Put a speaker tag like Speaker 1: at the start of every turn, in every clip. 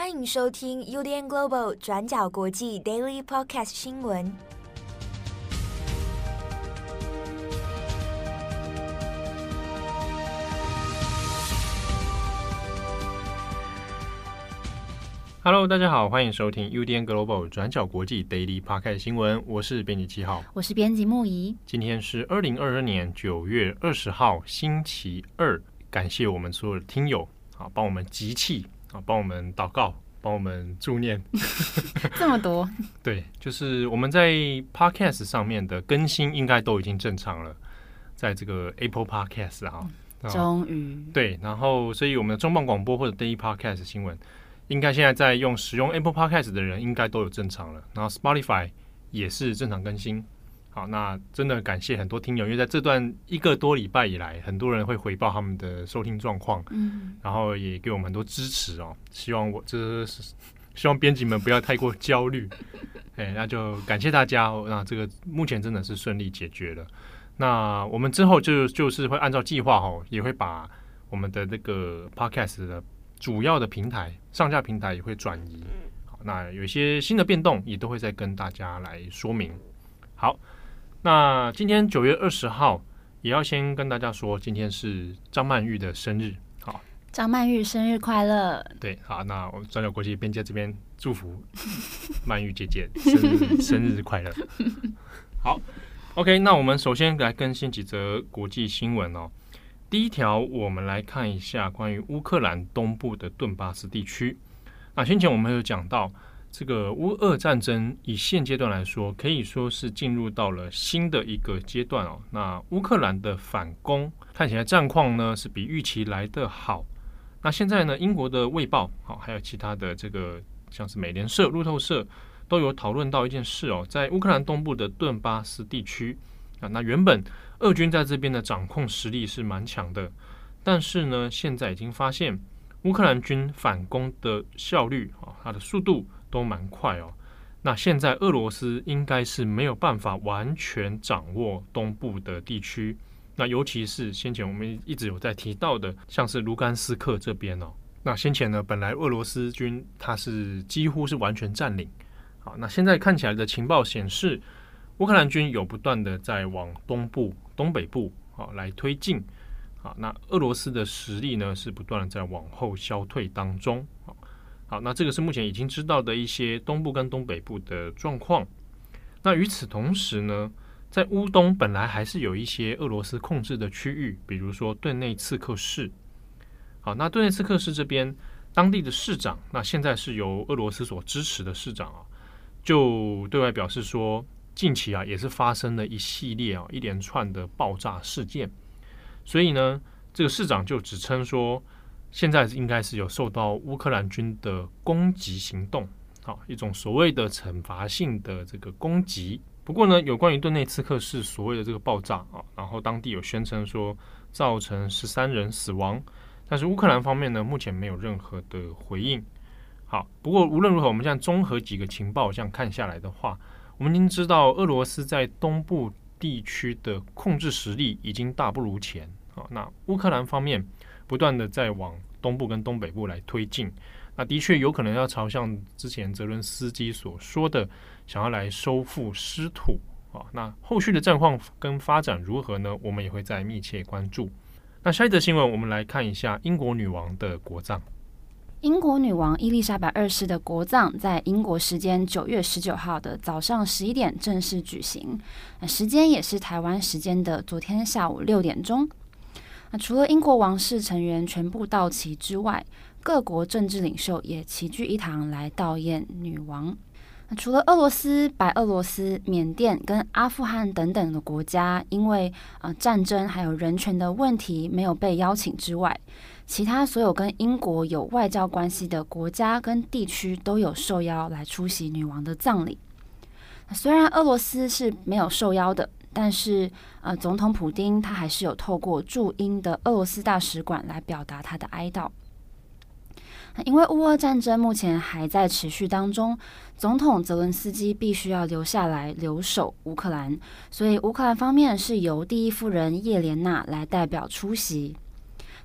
Speaker 1: 欢迎收听 UDN Global 转角国际 Daily Podcast 新闻。
Speaker 2: Hello， 大家好，欢迎收听 UDN Global 转角国际 Daily Podcast 新闻，我是编辑7号，
Speaker 3: 我是编辑木仪。
Speaker 2: 今天是2022年9月20号，星期二。感谢我们所有的听友啊，帮我们集气啊，帮我们祷告，帮我们助念，
Speaker 3: 这么多。
Speaker 2: 对，就是我们在 Podcast 上面的更新应该都已经正常了，在这个 Apple Podcast 啊，
Speaker 3: 终于
Speaker 2: 对，然后所以我们的中磅广播或者 Daily Podcast 新闻。应该现在在使用 Apple Podcast 的人应该都有正常了，然后 Spotify 也是正常更新。好，那真的感谢很多听友，因为在这段1个多礼拜以来，很多人会回报他们的收听状况，然后也给我们很多支持哦。希望编辑们不要太过焦虑，那就感谢大家。那这个目前真的是顺利解决了。那我们之后就是会按照计划也会把我们的这个 Podcast 的主要的平台上架平台也会转移，好，那有一些新的变动也都会再跟大家来说明。好，那今天9月20号也要先跟大家说，今天是张曼玉的生日。好，
Speaker 3: 张曼玉生日快乐！
Speaker 2: 对，好，那我转角国际编辑这边祝福曼玉姐姐生日快乐。好 ，OK， 那我们首先来更新几则国际新闻哦。第一条，我们来看一下关于乌克兰东部的顿巴斯地区。那先前我们有讲到，这个乌俄战争以现阶段来说，可以说是进入到了新的一个阶段哦。那乌克兰的反攻看起来战况呢是比预期来得好。那现在呢，英国的《卫报》还有其他的这个像是美联社、路透社都有讨论到一件事哦，在乌克兰东部的顿巴斯地区那原本俄军在这边的掌控实力是蛮强的，但是呢，现在已经发现乌克兰军反攻的效率它的速度都蛮快哦。那现在俄罗斯应该是没有办法完全掌握东部的地区，那尤其是先前我们一直有在提到的，像是卢甘斯克这边哦。那先前呢，本来俄罗斯军它是几乎是完全占领，好，那现在看起来的情报显示，乌克兰军有不断的在往东部、东北部来推进，那俄罗斯的实力呢是不断的在往后消退当中。好，那这个是目前已经知道的一些东部跟东北部的状况。那与此同时呢，在乌东本来还是有一些俄罗斯控制的区域，比如说顿内茨克市。好，那顿内茨克市这边当地的市长，那现在是由俄罗斯所支持的市长就对外表示说，近期也是发生了一系列一连串的爆炸事件，所以呢，这个市长就指称说，现在应该是有受到乌克兰军的攻击行动，一种所谓的惩罚性的这个攻击。不过呢，有关于顿内茨克市所谓的这个爆炸然后当地有宣称说造成13人死亡，但是乌克兰方面呢，目前没有任何的回应。好，不过无论如何，我们现在综合几个情报这样看下来的话，我们已经知道俄罗斯在东部地区的控制实力已经大不如前。那乌克兰方面不断的在往东部跟东北部来推进，那的确有可能要朝向之前泽伦斯基所说的，想要来收复失土。那后续的战况跟发展如何呢？我们也会再密切关注。那下一则新闻，我们来看一下英国女王的国葬。
Speaker 3: 英国女王伊丽莎白2世的国葬在英国时间9月19号的早上11点正式举行，时间也是台湾时间的昨天下午6点钟。除了英国王室成员全部到齐之外，各国政治领袖也齐聚一堂来悼唁女王。除了俄罗斯、白俄罗斯、缅甸跟阿富汗等等的国家因为战争还有人权的问题没有被邀请之外，其他所有跟英国有外交关系的国家跟地区都有受邀来出席女王的葬礼。虽然俄罗斯是没有受邀的，但是总统普丁他还是有透过驻英的俄罗斯大使馆来表达他的哀悼。因为乌俄战争目前还在持续当中，总统泽伦斯基必须要留下来留守乌克兰，所以乌克兰方面是由第一夫人叶莲娜来代表出席。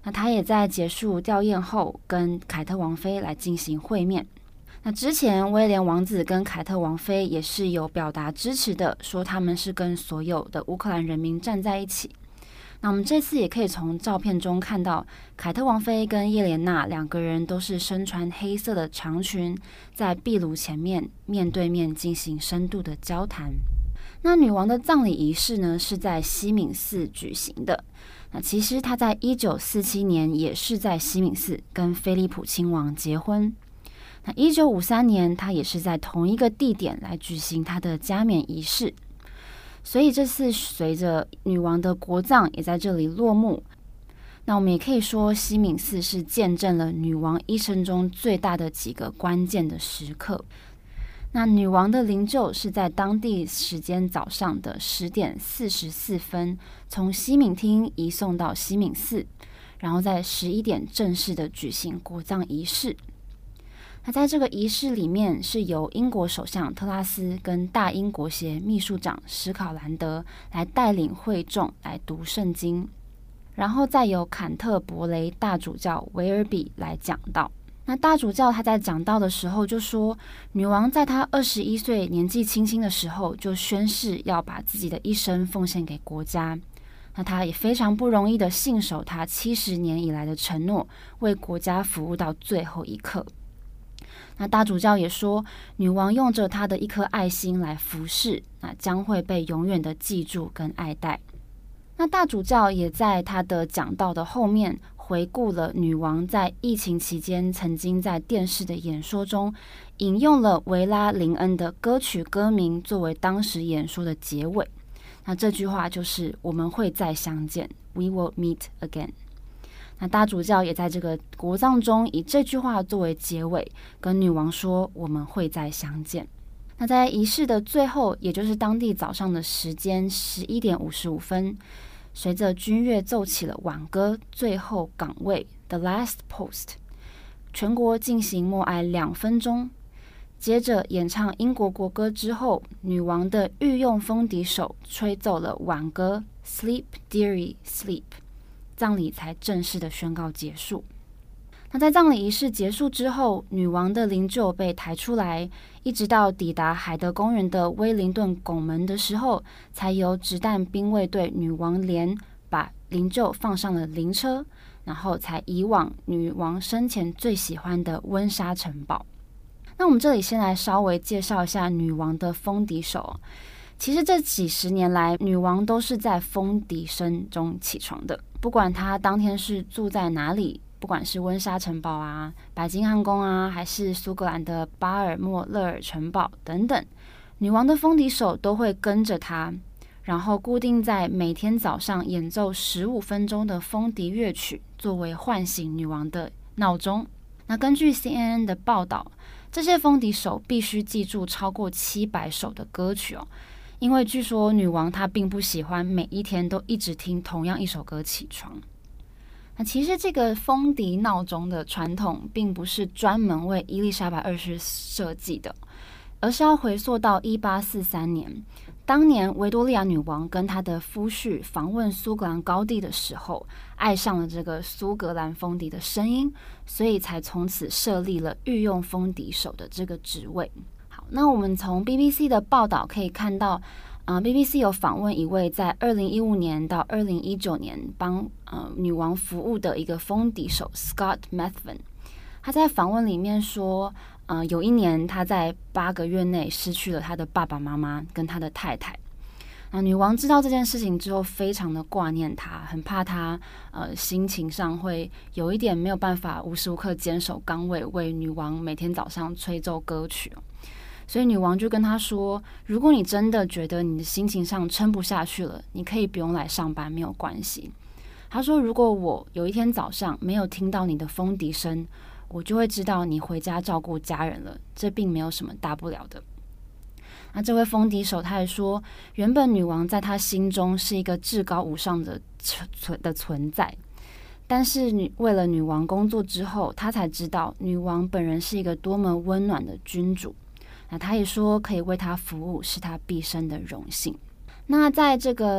Speaker 3: 那他也在结束吊唁后跟凯特王妃来进行会面。那之前威廉王子跟凯特王妃也是有表达支持的，说他们是跟所有的乌克兰人民站在一起。那我们这次也可以从照片中看到，凯特王妃跟叶莲娜两个人都是身穿黑色的长裙，在壁炉前面面对面进行深度的交谈。那女王的葬礼仪式呢，是在西敏寺举行的。那其实她在1947年也是在西敏寺跟菲利普亲王结婚。那1953年，她也是在同一个地点来举行她的加冕仪式。所以这次随着女王的国葬也在这里落幕。那我们也可以说，西敏寺是见证了女王一生中最大的几个关键的时刻。那女王的灵柩是在当地时间早上的10点44分从西敏厅移送到西敏寺，然后在11点正式的举行国葬仪式。那在这个仪式里面，是由英国首相特拉斯跟大英国协秘书长史考兰德来带领会众来读圣经，然后再由坎特伯雷大主教维尔比来讲道。那大主教他在讲道的时候就说，女王在她21岁年纪轻轻的时候就宣誓要把自己的一生奉献给国家。那她也非常不容易的信守她70年以来的承诺，为国家服务到最后一刻。那大主教也说，女王用着她的一颗爱心来服侍，那将会被永远的记住跟爱戴。那大主教也在他的讲道的后面回顾了女王在疫情期间曾经在电视的演说中引用了维拉林恩的歌曲歌名作为当时演说的结尾。那这句话就是我们会再相见 We will meet again。那大主教也在这个国葬中以这句话作为结尾，跟女王说我们会再相见。那在仪式的最后，也就是当地早上的时间11点55分，随着军乐奏起了挽歌最后岗位 The Last Post， 全国进行默哀2分钟。接着演唱英国国歌之后，女王的御用风笛手吹奏了挽歌 Sleep Dearie Sleep， 葬礼才正式的宣告结束。那在葬礼仪式结束之后，女王的灵柩被抬出来，一直到抵达海德公园的威灵顿拱门的时候，才由掷弹兵卫队女王连把灵柩放上了灵车，然后才移往女王生前最喜欢的温莎城堡。那我们这里先来稍微介绍一下女王的风笛手。其实这几十年来，女王都是在风笛声中起床的，不管她当天是住在哪里，不管是温莎城堡啊、白金汉宫啊，还是苏格兰的巴尔莫勒尔城堡等等，女王的风笛手都会跟着她，然后固定在每天早上演奏15分钟的风笛乐曲，作为唤醒女王的闹钟。那根据 CNN 的报道，这些风笛手必须记住超过700首的歌曲哦，因为据说女王她并不喜欢每一天都一直听同样一首歌起床。那其实这个风笛闹钟的传统并不是专门为伊丽莎白2世设计的，而是要回溯到1843年，当年维多利亚女王跟她的夫婿访问苏格兰高地的时候，爱上了这个苏格兰风笛的声音，所以才从此设立了御用风笛手的这个职位。好，那我们从 BBC 的报道可以看到BBC 有访问一位在2015年到2019年帮女王服务的一个风笛手 Scott Methven。 他在访问里面说，有一年他在8个月内失去了他的爸爸妈妈跟他的太太。那女王知道这件事情之后，非常的挂念他，很怕他心情上会有一点没有办法无时无刻坚守岗位，为女王每天早上吹奏歌曲。所以女王就跟他说，如果你真的觉得你的心情上撑不下去了，你可以不用来上班，没有关系。他说，如果我有一天早上没有听到你的风笛声，我就会知道你回家照顾家人了，这并没有什么大不了的。那这位风笛手他也说，原本女王在他心中是一个至高无上的存在，但是为了女王工作之后，他才知道女王本人是一个多么温暖的君主。那他也说，可以为他服务是他毕生的荣幸。那在这个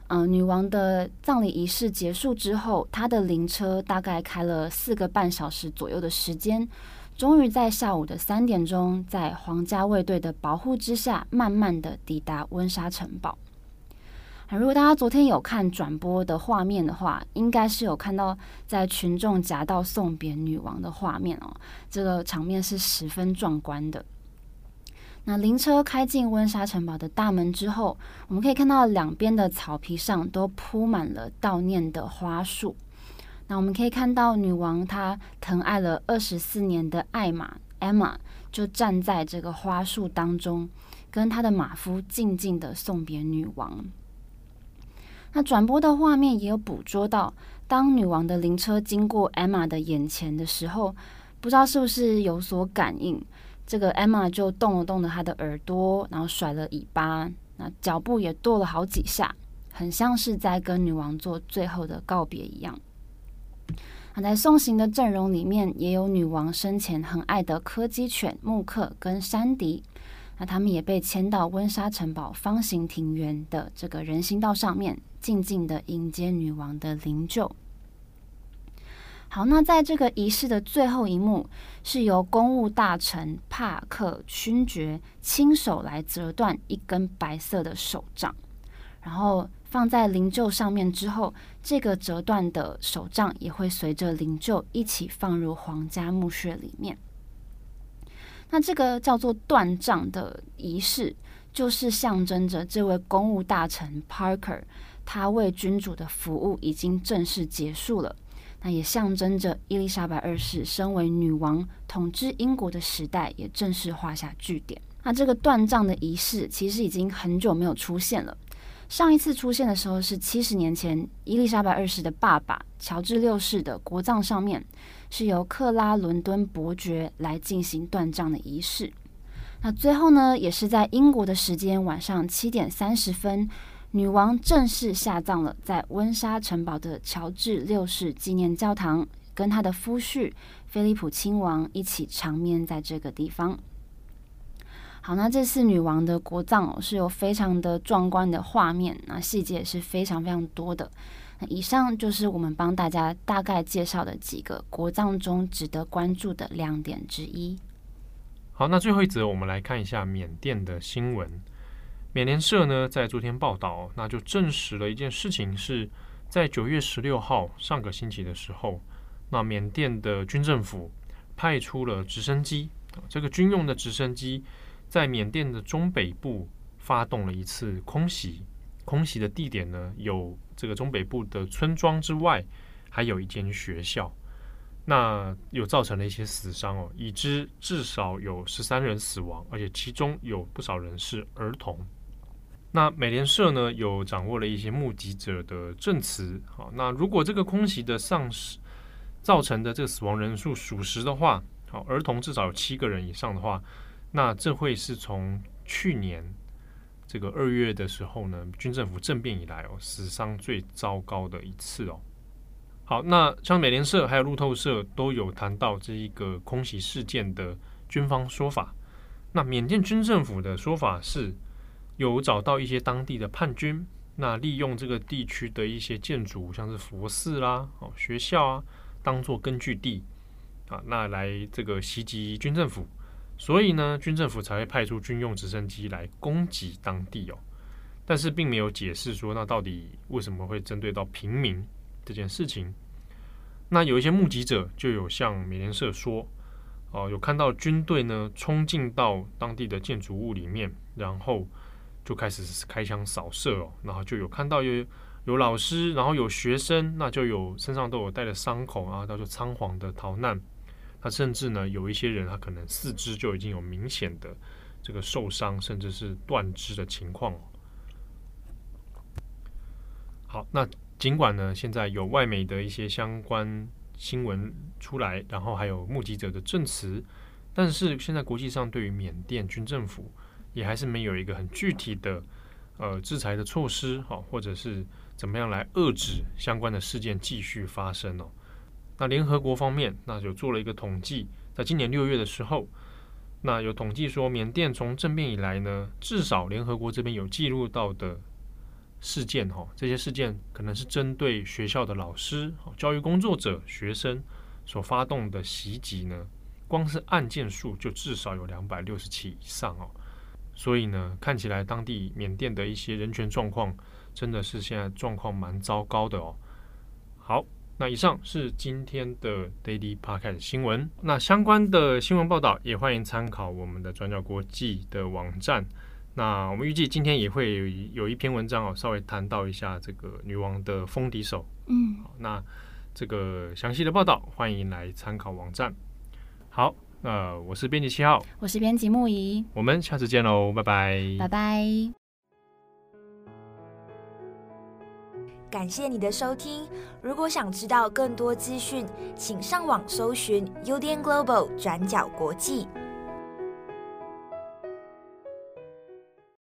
Speaker 3: 女王的葬礼仪式结束之后，她的灵车大概开了4个半小时左右的时间，终于在下午的3点钟，在皇家卫队的保护之下，慢慢的抵达温莎城堡。如果大家昨天有看转播的画面的话，应该是有看到在群众夹道送别女王的画面哦，这个场面是十分壮观的。那灵车开进温莎城堡的大门之后，我们可以看到两边的草皮上都铺满了悼念的花束。那我们可以看到女王她疼爱了24年的爱马 Emma 就站在这个花束当中，跟她的马夫静静的送别女王。那转播的画面也有捕捉到，当女王的灵车经过 Emma 的眼前的时候，不知道是不是有所感应，这个 Emma 就动了动了她的耳朵，然后甩了尾巴，那脚步也跺了好几下，很像是在跟女王做最后的告别一样。那在送行的阵容里面，也有女王生前很爱的柯基犬穆克跟山迪，那他们也被牵到温莎城堡方形庭园的这个人行道上面，静静的迎接女王的灵柩。好，那在这个仪式的最后一幕，是由公务大臣帕克勋爵亲手来折断一根白色的手杖，然后放在灵柩上面之后，这个折断的手杖也会随着灵柩一起放入皇家墓穴里面。那这个叫做断杖的仪式，就是象征着这位公务大臣 Parker 他为君主的服务已经正式结束了。那也象征着伊丽莎白二世身为女王统治英国的时代也正式画下句点。那这个断杖的仪式其实已经很久没有出现了，上一次出现的时候是70年前伊丽莎白二世的爸爸乔治6世的国葬上面，是由克拉伦敦伯爵来进行断杖的仪式。那最后呢，也是在英国的时间晚上7点30分，女王正式下葬了在温莎城堡的乔治6世纪念教堂，跟她的夫婿菲利普亲王一起长眠在这个地方。好，那这次女王的国葬是有非常的壮观的画面，那细节也是非常非常多的。那以上就是我们帮大家大概介绍的几个国葬中值得关注的亮点之一。
Speaker 2: 好，那最后一则我们来看一下缅甸的新闻。缅联社呢在昨天报道，那就证实了一件事情，是在9月16号上个星期的时候，那缅甸的军政府派出了直升机，这个军用的直升机在缅甸的中北部发动了一次空袭。空袭的地点呢，有这个中北部的村庄之外，还有一间学校。那有造成了一些死伤哦，已知至少有13人死亡，而且其中有不少人是儿童。那美联社呢有掌握了一些目击者的证词，好，那如果这个空袭的造成的这个死亡人数属实的话，好，儿童至少有7个人以上的话，那这会是从去年这个2月的时候呢，军政府政变以来哦，死伤最糟糕的一次哦。好，那像美联社还有路透社都有谈到这一个空袭事件的军方说法。那缅甸军政府的说法是，有找到一些当地的叛军，那利用这个地区的一些建筑，像是佛寺啦、学校啊，当作根据地啊，那来这个袭击军政府，所以呢，军政府才会派出军用直升机来攻击当地哦。但是并没有解释说，那到底为什么会针对到平民这件事情。那有一些目击者就有向美联社说，有看到军队呢冲进到当地的建筑物里面，然后就开始开枪扫射哦，然后就有看到有老师，然后有学生，那就有身上都有带着伤口啊，他就仓皇的逃难。那甚至呢，有一些人他可能四肢就已经有明显的这个受伤，甚至是断肢的情况哦。好，那尽管呢，现在有外媒的一些相关新闻出来，然后还有目击者的证词，但是现在国际上对于缅甸军政府也还是没有一个很具体的制裁的措施，或者是怎么样来遏制相关的事件继续发生哦。那联合国方面，那有做了一个统计，在今年6月的时候，那有统计说，缅甸从政变以来呢，至少联合国这边有记录到的事件这些事件可能是针对学校的老师、教育工作者、学生所发动的袭击呢，光是案件数就至少有260起以上所以呢，看起来当地缅甸的一些人权状况真的是现在状况蛮糟糕的好，那以上是今天的 Daily Podcast 新闻。那相关的新闻报道也欢迎参考我们的转角国际的网站。那我们预计今天也会有一篇文章稍微谈到一下这个女王的封敌手。那这个详细的报道欢迎来参考网站。好，我是编辑7号，
Speaker 3: 我是编辑木仪，
Speaker 2: 我们下次见喽，拜拜，
Speaker 3: 拜拜。
Speaker 1: 感谢你的收听。如果想知道更多资讯，请上网搜寻 UDN Global 转角国际。